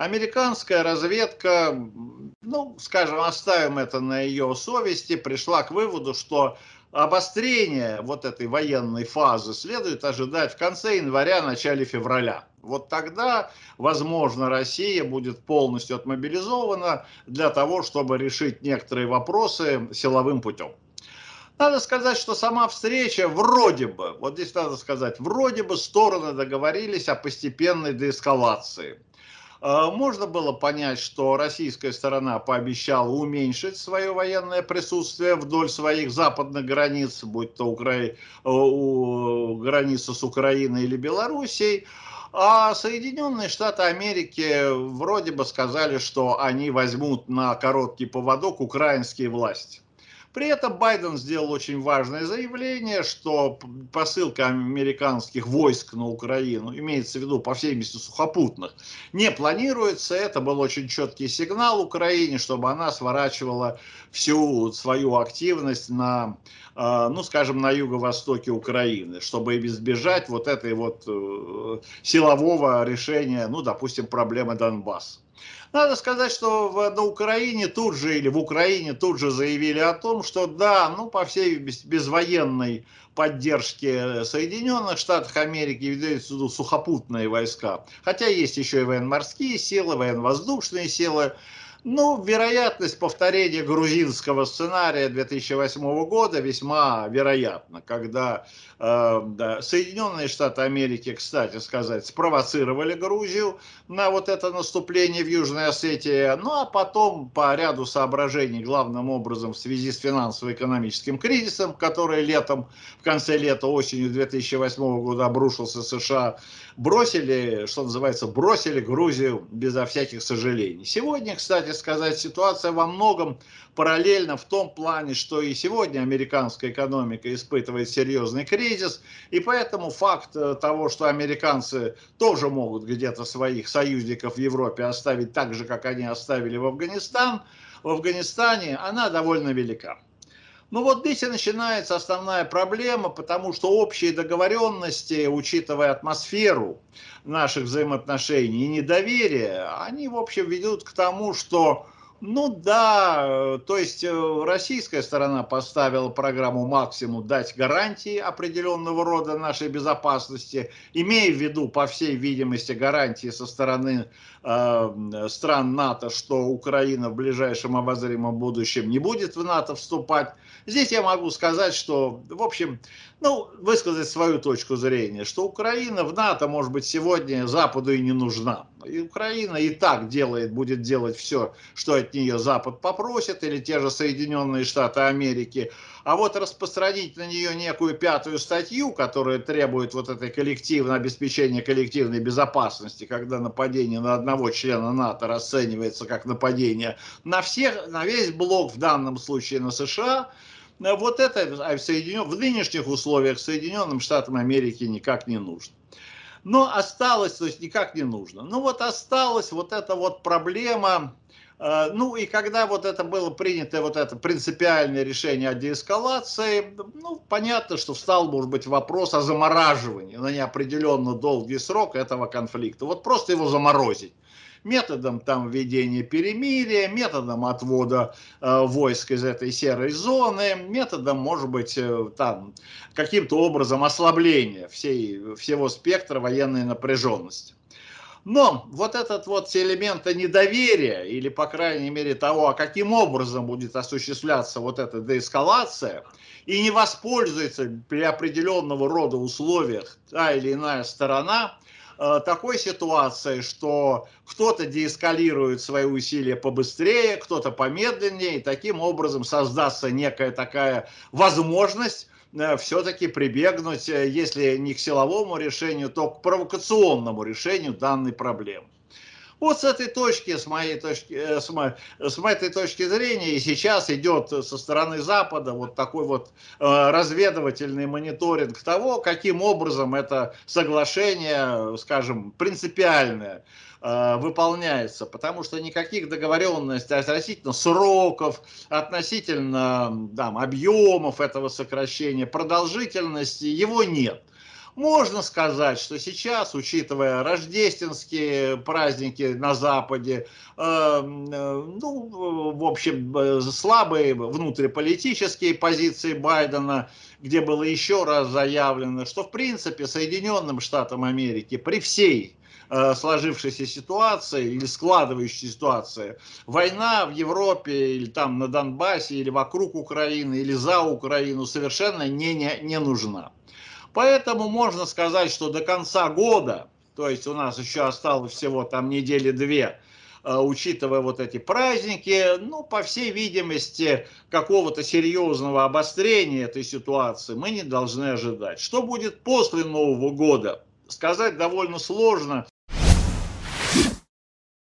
Американская разведка, ну, скажем, оставим это на ее совести, пришла к выводу, что обострение вот этой военной фазы следует ожидать в конце января, начале февраля. Вот тогда, возможно, Россия будет полностью отмобилизована для того, чтобы решить некоторые вопросы силовым путем. Надо сказать, что сама встреча вроде бы, вот здесь надо сказать, вроде бы стороны договорились о постепенной деэскалации. Можно было понять, что российская сторона пообещала уменьшить свое военное присутствие вдоль своих западных границ, будь то граница с Украиной или Белоруссией, а Соединенные Штаты Америки вроде бы сказали, что они возьмут на короткий поводок украинские власти. При этом Байден сделал очень важное заявление, что посылка американских войск на Украину, имеется в виду, по всей видимости, сухопутных, не планируется. Это был очень четкий сигнал Украине, чтобы она сворачивала всю свою активность на, ну, скажем, на юго-востоке Украины, чтобы избежать вот этой вот силового решения, ну, допустим, проблемы Донбасса. Надо сказать, что на Украине тут же, или в Украине тут же заявили о том, что да, ну, по всей безвоенной поддержке Соединенных Штатов Америки ведутся в виду сухопутные войска. Хотя есть еще и военно-морские силы, военно-воздушные силы. Ну, вероятность повторения грузинского сценария 2008 года весьма вероятна, когда да, Соединенные Штаты Америки, кстати сказать, спровоцировали Грузию на вот это наступление в Южной Осетии, ну а потом по ряду соображений, главным образом в связи с финансово-экономическим кризисом, который летом, в конце лета, осенью 2008 года обрушился США, бросили, что называется, бросили Грузию безо всяких сожалений. Сегодня, кстати сказать, ситуация во многом параллельна в том плане, что и сегодня американская экономика испытывает серьезный кризис, и поэтому факт того, что американцы тоже могут где-то своих союзников в Европе оставить так же, как они оставили в Афганистане, она довольно велика. Ну вот здесь и начинается основная проблема, потому что общие договоренности, учитывая атмосферу наших взаимоотношений и недоверие, они, в общем, ведут к тому, что, ну да, то есть российская сторона поставила программу максимум дать гарантии определенного рода нашей безопасности, имея в виду, по всей видимости, гарантии со стороны стран НАТО, что Украина в ближайшем обозримом будущем не будет в НАТО вступать. Здесь я могу сказать, что, в общем, ну, высказать свою точку зрения, что Украина в НАТО, может быть, сегодня Западу и не нужна. И Украина и так делает, будет делать все, что от нее Запад попросит, или те же Соединенные Штаты Америки. А вот распространить на нее некую пятую статью, которая требует вот этой обеспечения коллективной безопасности, когда нападение на одного члена НАТО расценивается как нападение на всех, на весь блок, в данном случае на США, вот это в нынешних условиях Соединенным Штатам Америки никак не нужно. Но осталось, то есть никак не нужно. Ну вот осталась вот эта вот проблема. Ну и когда вот это было принято, вот это принципиальное решение о деэскалации, ну понятно, что встал, может быть, вопрос о замораживании на неопределенно долгий срок этого конфликта. Вот просто его заморозить. Методом там введения перемирия, методом отвода войск из этой серой зоны, методом, может быть, там каким-то образом ослабления всего спектра военной напряженности. Но вот этот вот элемент недоверия, или, по крайней мере, того, а каким образом будет осуществляться вот эта деэскалация, и не воспользуется при определенного рода условиях та или иная сторона такой ситуацией, что кто-то деэскалирует свои усилия побыстрее, кто-то помедленнее, и таким образом создастся некая такая возможность все-таки прибегнуть, если не к силовому решению, то к провокационному решению данной проблемы. Вот с этой точки, с этой точки зрения, и сейчас идет со стороны Запада вот такой вот разведывательный мониторинг того, каким образом это соглашение, скажем, принципиальное выполняется, потому что никаких договоренностей относительно сроков, относительно там, объемов этого сокращения, продолжительности, его нет. Можно сказать, что сейчас, учитывая рождественские праздники на Западе, ну, в общем, слабые внутриполитические позиции Байдена, где было еще раз заявлено, что, в принципе, Соединенным Штатам Америки при всей сложившейся ситуации или складывающейся ситуации, война в Европе или там на Донбассе, или вокруг Украины, или за Украину совершенно не нужна. Поэтому можно сказать, что до конца года, то есть у нас еще осталось всего там недели две, учитывая вот эти праздники, ну, по всей видимости, какого-то серьезного обострения этой ситуации мы не должны ожидать. Что будет после Нового года? Сказать довольно сложно,